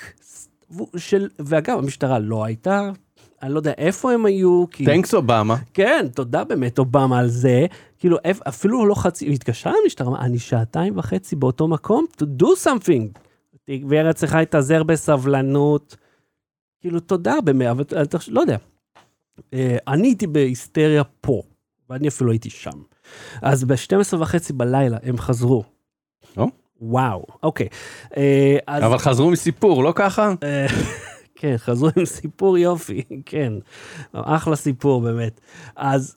ואגב, המשטרה לא הייתה, אני לא יודע איפה הם היו. תנקס אובמה. כן, תודה באמת אובמה על זה. כאילו, אפילו לא חצי, היא התקשרה למשטרה, אני 2.5 באותו מקום, to do something. וארץ צריכה להתאזר בסבלנות. כאילו, תודה באמת, אבל לא יודע. אני הייתי בהיסטריה פה, ואני אפילו הייתי שם. אז ב-12:30 בלילה הם חזרו. וואו, אוקיי. אבל חזרו מסיפור, לא ככה? כן, חזרו עם סיפור יופי, כן. אחלה סיפור, באמת. אז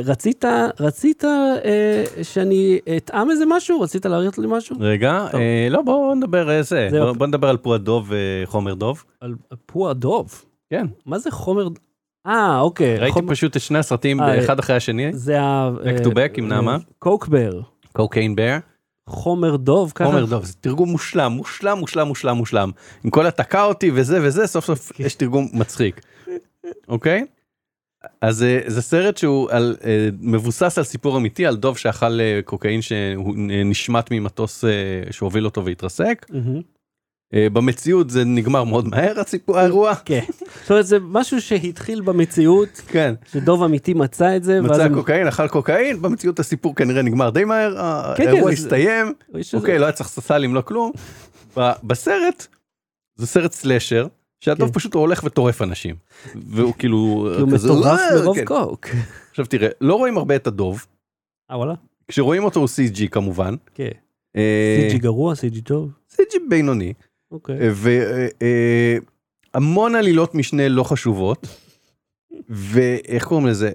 רצית שאני אטעם איזה משהו? רצית להריץ לי משהו? רגע, לא, בוא נדבר איזה. בוא נדבר על פוע דוב וחומר דוב. על פוע דוב? כן. מה זה חומר... אוקיי. ראיתי פשוט את 2 הסרטים אחד אחרי השני. זה ה... Back to back עם נעמה. קוקבר. קוקיין בר. חומר דוב, ככה? חומר דוב, זה תרגום מושלם, מושלם, מושלם, מושלם, מושלם. עם כל התקע אותי וזה וזה, סוף סוף יש תרגום מצחיק. אוקיי? אז זה סרט שהוא מבוסס על סיפור אמיתי, על דוב שאכל קוקאין שהוא נשמט ממטוס שהוביל אותו והתרסק. במציאות זה נגמר מאוד מהר, האירוע. כן. זאת אומרת, זה משהו שהתחיל במציאות, שדוב אמיתי מצא את זה. מצא קוקאין, אכל קוקאין, במציאות הסיפור כנראה נגמר די מהר, האירוע הסתיים, אוקיי, לא היה צריך ססלים, לא כלום. בסרט, זה סרט סלשר, שהדוב פשוט הולך וטורף אנשים. והוא כאילו... הוא מטורף מרוב קוק. עכשיו תראה, לא רואים הרבה את הדוב. וואלה. כשרואים אותו הוא CG כמובן. כן. CG גרוע, CG טוב. CG בינוני. אוקיי. והמון עלילות משנה לא חשובות. ואיך קוראים לזה?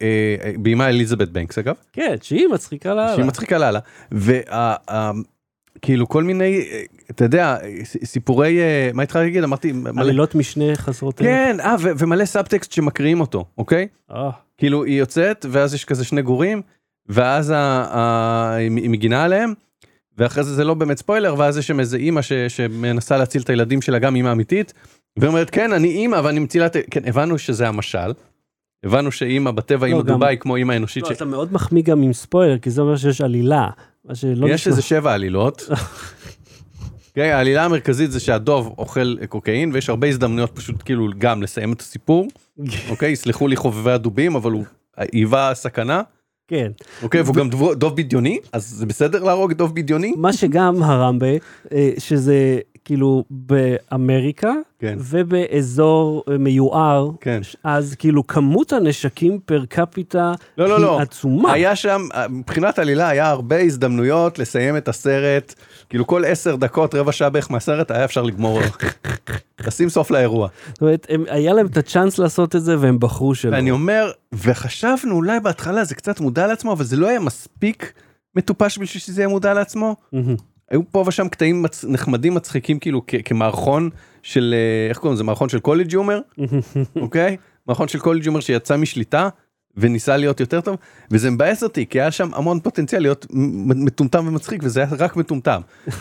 ובימה אליזבת בנקס אגב. כן, שהיא מצחיקה לאללה. שהיא מצחיקה לאללה. כאילו כל מיני, אתה יודע, סיפורי, מה התחלתי להגיד? אמרתי, עלילות משנה חסרות. כן, ומלא סאבטקסט שמקריאים אותו, אוקיי? כאילו היא יוצאת, ואז יש כזה שני גורים, ואז היא מגינה עליהם, ואחרי זה לא באמת ספוילר, ואז יש שם איזה אימא שמנסה להציל את הילדים שלה, גם אימא אמיתית, ואומרת, כן, אני אימא, אבל אני מצילה את... כן, הבנו שזה המשל, הבנו שאימא בטבע, אימא דוביי, כמו אימא אנושית. לא, אתה מאוד מחמיא גם עם ספוילר, כי זה אומר שיש עלילה. יש איזה 7 עלילות. העלילה המרכזית זה שהדוב אוכל קוקאין, ויש הרבה הזדמנויות פשוט כאילו גם לסיים את הסיפור. אוקיי, יסלחו לי חובבי הדובים, אבל הוא היווה סכנה. כן. אוקיי, והוא גם דוב בדיוני, אז זה בסדר להרוג דוב בדיוני? מה שגם הרמבה, שזה כאילו באמריקה, ובאזור מיוער, אז כאילו כמות הנשקים פר קפיטה היא עצומה. היה שם, מבחינת עלילה היה הרבה הזדמנויות לסיים את הסרט, כאילו כל 10 דקות, רבע שעה בערך מהסרט, היה אפשר לגמור, לשים סוף לאירוע. זאת אומרת, היה להם את הצ'אנס לעשות את זה, והם בחרו שלא. ואני אומר, וחשבנו אולי בהתחלה זה קצת מודע לעצמו, אבל זה לא היה מספיק מטופש בשביל שזה יהיה מודע לעצמו. היו פה ושם קטעים נחמדים מצחיקים כאילו כמערכון של, איך קוראים לזה, מערכון של קולג' יומר, אוקיי? מערכון של קולג' יומר שיצא משליטה וניסה להיות יותר טוב, וזה מבאס אותי, כי היה שם המון פוטנציאל להיות מטומטם ומצחיק, וזה היה רק מטומטם.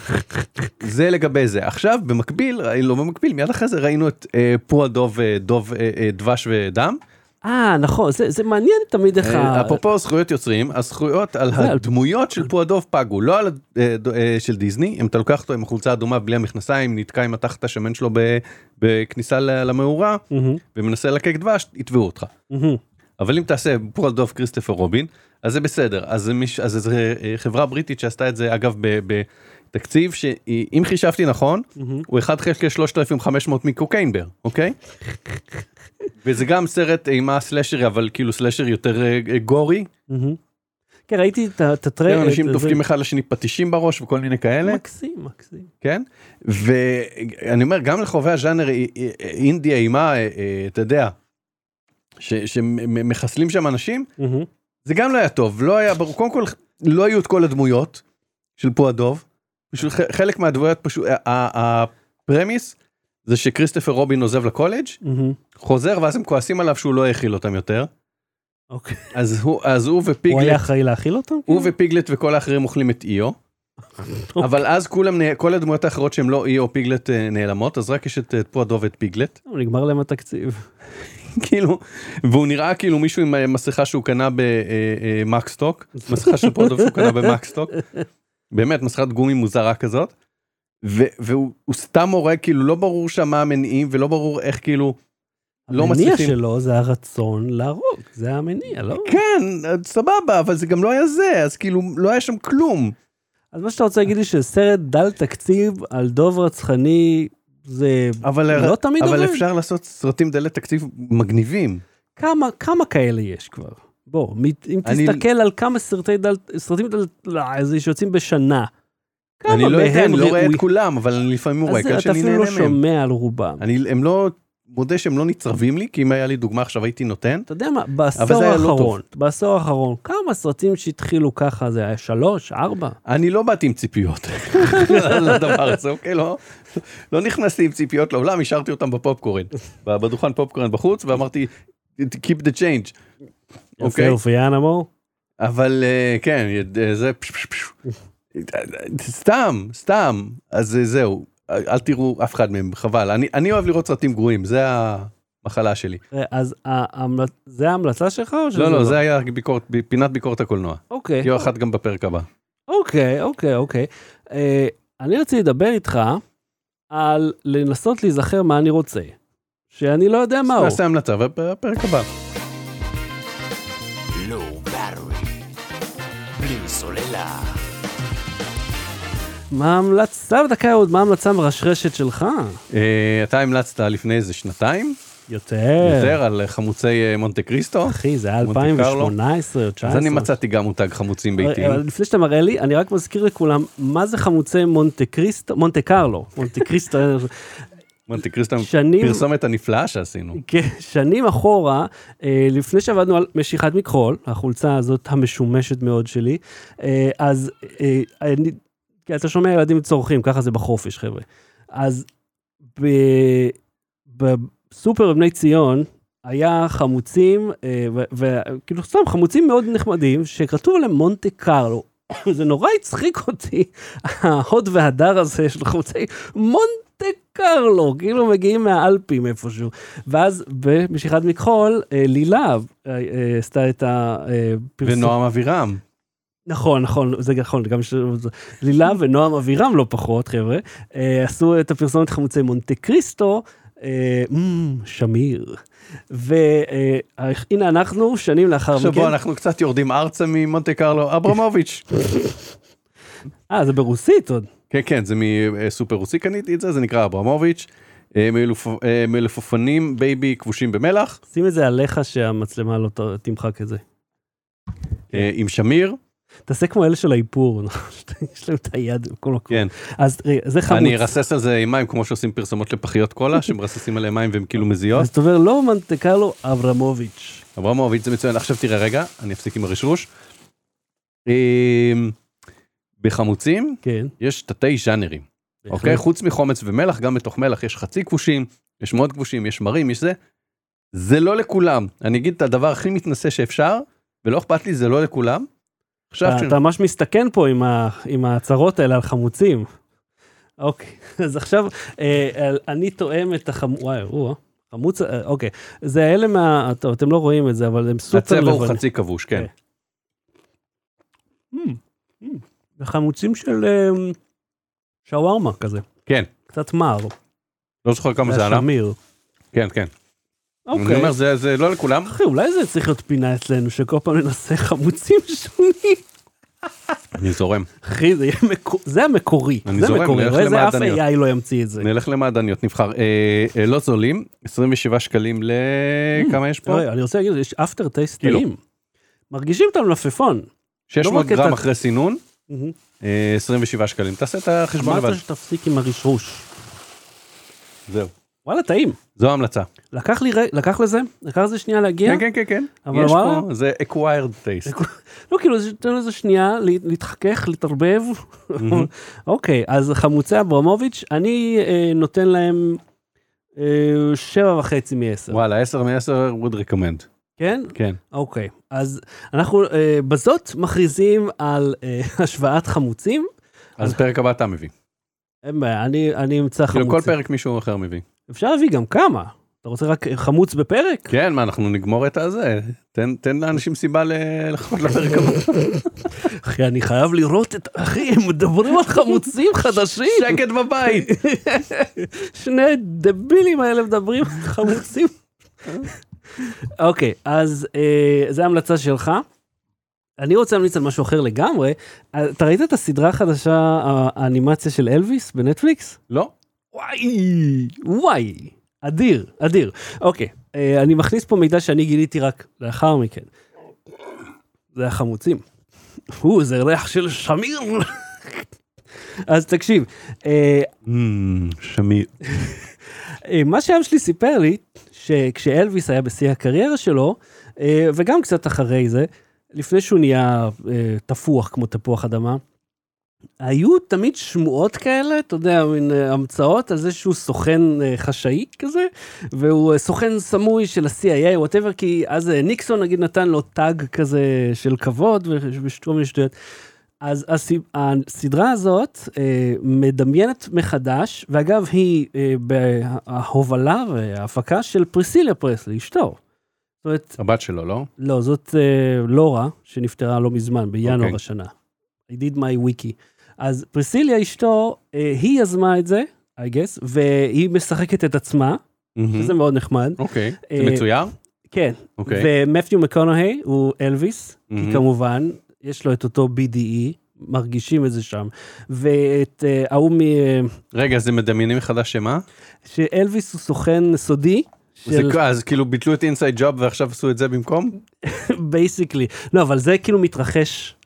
זה לגבי זה. עכשיו, במקביל, לא במקביל, מיד אחרי זה ראינו את פוע דוב, דבש ודם, נכון, זה מעניין תמיד איך... אפרופו זכויות יוצרים, הזכויות על הדמויות של פוע דוב פגו, לא על של דיזני, אם אתה לוקח אותו עם החולצה האדומה בלי המכנסיים, נתקע עם התחת השמן שלו בכניסה למאורה, ומנסה לקק דבש, יתבעו אותך. אבל אם תעשה פוע דוב כריסטופר רובין, אז זה בסדר, אז זו חברה בריטית שעשתה את זה, אגב, בתקציב, שאם חישבתי נכון, הוא 1/3,500 מקוקיינבר, אוקיי? וזה גם סרט אימה סלשרי, אבל כאילו סלשר יותר גורי. כן, ראיתי את הטרייל. אנשים דופקים אחד לשני פטישים בראש וכל מיני כאלה. מקסים. כן? ואני אומר, גם לחובבי הז'אנר אינדי אימה, אתה יודע, שמחסלים שם אנשים, זה גם לא היה טוב. לא היה, קודם כל, לא היו את כל הדמויות של פוע דוב. חלק מהדמויות פשוט, הפרמיס, זה שכריסטופר רובין עוזב לקולג', חוזר, ואז הם כועסים עליו שהוא לא הכיל אותם יותר. אוקיי. אז הוא ופיגלט... הוא היה אחראי להכיל אותם? הוא ופיגלט וכל האחרים אוכלים את איו. אבל אז כל הדמויות האחרות שהן לא איו או פיגלט נעלמות, אז רק יש את פוע דוב ואת פיגלט. הוא נגמר להם התקציב. כאילו, והוא נראה כאילו מישהו עם מסכה שהוא קנה במקסטוק, מסכה של פוע דוב שהוא קנה במקסטוק. באמת, מסכת גומי מוזרה כזאת. והוא סתם הורג, כאילו לא ברור שם מה המניעים, ולא ברור איך כאילו לא מצליחים. המניע שלו זה הרצון להרוג, זה המניע, לא? כן, סבבה, אבל זה גם לא היה זה, אז כאילו לא היה שם כלום. אז מה שאתה רוצה להגיד לי שסרט דל תקציב על דוב רצחני, זה לא תמיד עובד? אבל אפשר לעשות סרטים דלי תקציב מגניבים. כמה כאלה יש כבר? בוא, אם תסתכל על כמה סרטים שיוצאים בשנה, אני לא יודע, אני לא רואה את כולם, אבל אני לפעמים רואה כאלה שאני נהנה מהם. אז אתה אפילו לא שומע על רובם. הם לא, מודה שהם לא נצרבים לי, כי אם היה לי דוגמה עכשיו הייתי נותן. אתה יודע מה, בעשור האחרון, כמה סרטים שהתחילו ככה, זה היה 3, 4? אני לא באתי עם ציפיות לדבר הזה, אוקיי? לא נכנסתי עם ציפיות לעולם, השארתי אותם בפופקורן, בדוכן פופקורן בחוץ, ואמרתי, keep the change. אוקיי? יאנמו? אבל כן, זה סתם, אז זהו, אל תראו אף אחד מהם, חבל, אני אוהב לראות סרטים גרועים, זה המחלה שלי. אז זה ההמלצה שלך או שזה לא? לא, זה היה פינת ביקורת הקולנוע. אוקיי. יהיו אחת גם בפרק הבא. אוקיי. אני רציתי לדבר איתך על לנסות להיזכר מה אני רוצה, שאני לא יודע מה הוא. נעשה המלצה בפרק הבא. Low battery, בלי סוללה. מה ההמלצה בדקה עוד? מה ההמלצה מרשרשת שלך? אתה המלצת לפני איזה שנתיים? יותר על חמוצי מונטה קריסטו. אחי, זה היה 2018 או 19. אז אני מצאתי גם מותג חמוצים ביתיים. אבל לפני שאתה מראה לי, אני רק מזכיר לכולם, מה זה חמוצי מונטה קריסטו? מונטה קרלו. מונטה קריסטו. מונטה קריסטו, פרסומת הנפלאה שעשינו. כן, שנים אחורה, לפני שעבדנו על משיכת מכחול, החולצה הזאת המשומשת מאוד שלי, אז כי אתה שומע ילדים צורכים, ככה זה בחופש, חבר'ה. אז בסופר בבני ציון, היה חמוצים, וכאילו סתם חמוצים מאוד נחמדים, שכתוב עליהם מונטה קרלו. זה נורא הצחיק אותי, ההוד והדר הזה של חמוצי מונטה קרלו, כאילו מגיעים מהאלפים איפשהו. ואז במשיכת מכחול, לילה עשתה את הפרסום. ונועם אבירם. נכון, זה נכון, גם לילה ונועם אבירם לא פחות, חבר'ה, עשו את הפרסומת חמוצי מונטה קריסטו, שמיר. והנה אנחנו שנים לאחר מכן. שבו אנחנו קצת יורדים ארצה ממונטה קרלו, אברמוביץ'. זה ברוסית עוד. כן, זה מסופר רוסי קניתי את זה, זה נקרא אברמוביץ', מלפופנים בייבי כבושים במלח. שים את זה עליך שהמצלמה לא תמחק את זה. עם שמיר. תעשה כמו אלה של האיפור, יש להם את היד בכל מקום. כן. אז זה חמוץ. אני ארסס על זה עם מים, כמו שעושים פרסומות לפחיות קולה, שמרססים עליהם מים והם כאילו מזיות. אז אתה אומר, לא מונטה קרלו, אברמוביץ'. אברמוביץ' זה מצוין. עכשיו תראה רגע, אני אפסיק עם הרשרוש. בחמוצים, יש תתי ז'אנרים. אוקיי? חוץ מחומץ ומלח, גם בתוך מלח יש חצי כבושים, יש מאוד כבושים, יש מרים, יש זה. זה לא לכולם. אני אגיד את הדבר הכי מתנשא שאפשר, ולא אכפת לי, זה לא לכולם. אתה ממש מסתכן פה עם ההצהרות האלה על חמוצים. אוקיי, אז עכשיו אני תואם את חמוץ, אוקיי, זה אלה טוב, אתם לא רואים את זה, אבל הם סופר לבנים. הצבע הוא חצי כבוש, כן. זה חמוצים של שווארמה כזה. כן. קצת מר. לא זוכר כמה זה עלה. שמיר. כן. אני אומר, זה לא לכולם. אחי, אולי זה צריך להיות פינה אצלנו, שכל פעם ננסה חמוצים שונים. אני זורם. אחי, זה המקורי. אני זורם, נלך למעדניות. איזה אף AI לא ימציא את זה. נלך למעדניות, נבחר. לא זולים, 27 שקלים לכמה יש פה? אני רוצה להגיד, יש אפטר טייסט טעים. מרגישים את המלפפון. 600 גרם אחרי סינון, 27 שקלים. תעשה את החשבון לבד. אמרת שתפסיק עם הרשרוש. זהו. וואלה, טעים. זו ההמלצה. לקח לזה שנייה להגיע? כן. אבל יש וואלה? פה, זה acquired taste. לא, כאילו, תן לזה שנייה, להתחכך, להתערבב. אוקיי, אז חמוצי אברמוביץ', אני נותן להם 7.5 מ-10. וואלה, 10 מ-10 would recommend. כן? כן. אוקיי, אז אנחנו בזאת מכריזים על השוואת חמוצים. אז פרק הבא אתה מביא. אין בעיה, אני אמצא חמוצים. כאילו כל פרק מישהו אחר מביא. אפשר להביא גם כמה. אתה רוצה רק חמוץ בפרק? כן, מה, אנחנו נגמור את הזה. תן לאנשים סיבה לחכות לפרק הבא. אחי, אני חייב לראות את... אחי, הם מדברים על חמוצים חדשים. שקט בבית. שני דבילים האלה מדברים על חמוצים. אוקיי, אז זו ההמלצה שלך. אני רוצה להמליץ על משהו אחר לגמרי. אתה ראית את הסדרה החדשה, האנימציה של אלוויס בנטפליקס? לא. וואי. אדיר. אוקיי, אני מכניס פה מידע שאני גיליתי רק לאחר מכן. זה החמוצים. זה ריח של שמיר. אז תקשיב. שמיר. מה שאבא שלי סיפר לי, שכשאלוויס היה בשיא הקריירה שלו, וגם קצת אחרי זה, לפני שהוא נהיה תפוח כמו תפוח אדמה, היו תמיד שמועות כאלה, אתה יודע, מין המצאות על זה שהוא סוכן חשאי כזה, והוא סוכן סמוי של ה-CIA, whatever, כי אז ניקסון נגיד נתן לו טאג כזה של כבוד, ושטרום לשטויות. אז הסדרה הזאת מדמיינת מחדש, ואגב היא בהובלה וההפקה של פריסיליה פרסלי, אשתו. הבת שלו, לא? לא, זאת לורה, שנפטרה לא מזמן, בינואר השנה. I did my wiki. אז פריסיליה אשתו, היא יזמה את זה, I guess, והיא משחקת את עצמה, וזה מאוד נחמד. אוקיי, זה מצויר? כן, ומת'יו מקונאהי הוא אלוויס, כי כמובן, יש לו את אותו BDE, מרגישים את זה שם, ואת ההוא רגע, זה מדמיינים מחדש שמה? שאלוויס הוא סוכן סודי, אז כאילו ביטלו את אינסייד ג'וב ועכשיו עשו את זה במקום? בייסיקלי, לא, אבל זה כאילו מתרחש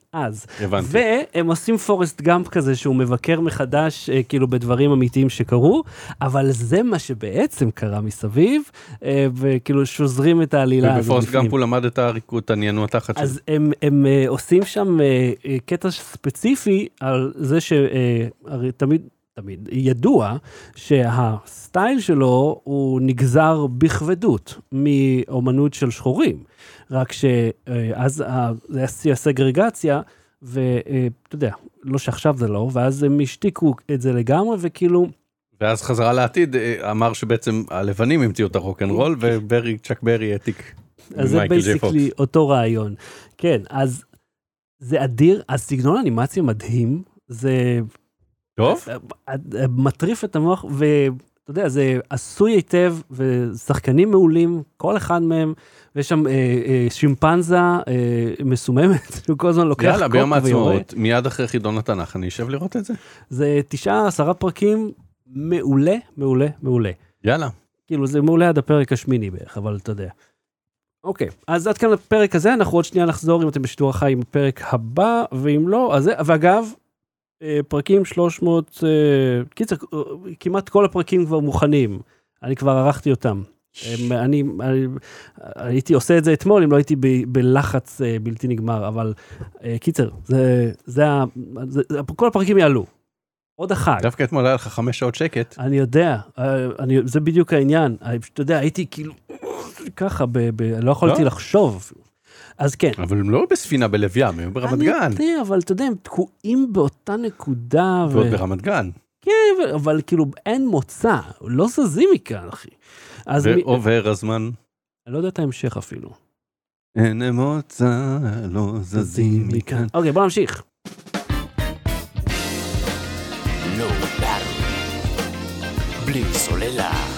אז. הבנתי. והם עושים פורסט גאמפ כזה, שהוא מבקר מחדש, כאילו בדברים אמיתיים שקרו, אבל זה מה שבעצם קרה מסביב, וכאילו שוזרים את העלילה הזאת. ובפורסט גאמפ הוא למד את הריקוד, עניינו התחת שלו. אז הם עושים שם קטע ספציפי על זה שהרי תמיד ידוע שהסטייל שלו הוא נגזר בכבדות מאומנות של שחורים, רק שאז זה היה סגרגציה, ואתה יודע, לא שעכשיו זה לא, ואז הם השתיקו את זה לגמרי, וכאילו... ואז חזרה לעתיד, אמר שבעצם הלבנים המציאו את הרוק'נ'רול, וצ'ק ברי העתיק. אז זה בייסיקלי אותו רעיון. כן, אז זה אדיר, אז סגנון אנימציה מדהים, זה... טוב? מטריף את המוח, ואתה יודע, זה עשוי היטב, ושחקנים מעולים, כל אחד מהם, ויש שם שימפנזה מסוממת, שהוא כל הזמן לוקח קוק ויורה. יאללה, ביום העצמאות, מיד אחרי חידון התנ"ך, אני אשב לראות את זה. זה 9-10 פרקים, מעולה, מעולה, מעולה. יאללה. כאילו, זה מעולה עד הפרק השמיני בערך, אבל אתה יודע. אוקיי, אז עד כאן לפרק הזה, אנחנו עוד שנייה לחזור, אם אתם בשידור החי עם הפרק הבא, ואם לא, אז זה, ואגב, פרקים 300, קיצר, כמעט כל הפרקים כבר מוכנים, אני כבר ערכתי אותם. אני הייתי עושה את זה אתמול, אם לא הייתי בלחץ בלתי נגמר, אבל קיצר, כל הפרקים יעלו. עוד אחד. דווקא אתמול היה לך 5 שעות שקט. אני יודע, זה בדיוק העניין. אתה יודע, הייתי כאילו ככה, לא יכולתי לחשוב. אז כן. אבל הם לא בספינה בלב ים, הם ברמת גן. אני יודע, אבל אתה יודע, הם תקועים באותה נקודה. ועוד ברמת גן. כן, אבל כאילו אין מוצא, לא זזים מכאן, אחי. ועובר הזמן. אני לא יודע את ההמשך אפילו. אין מוצא, לא זזים מכאן. אוקיי, בוא נמשיך. Low battery. בלי סוללה.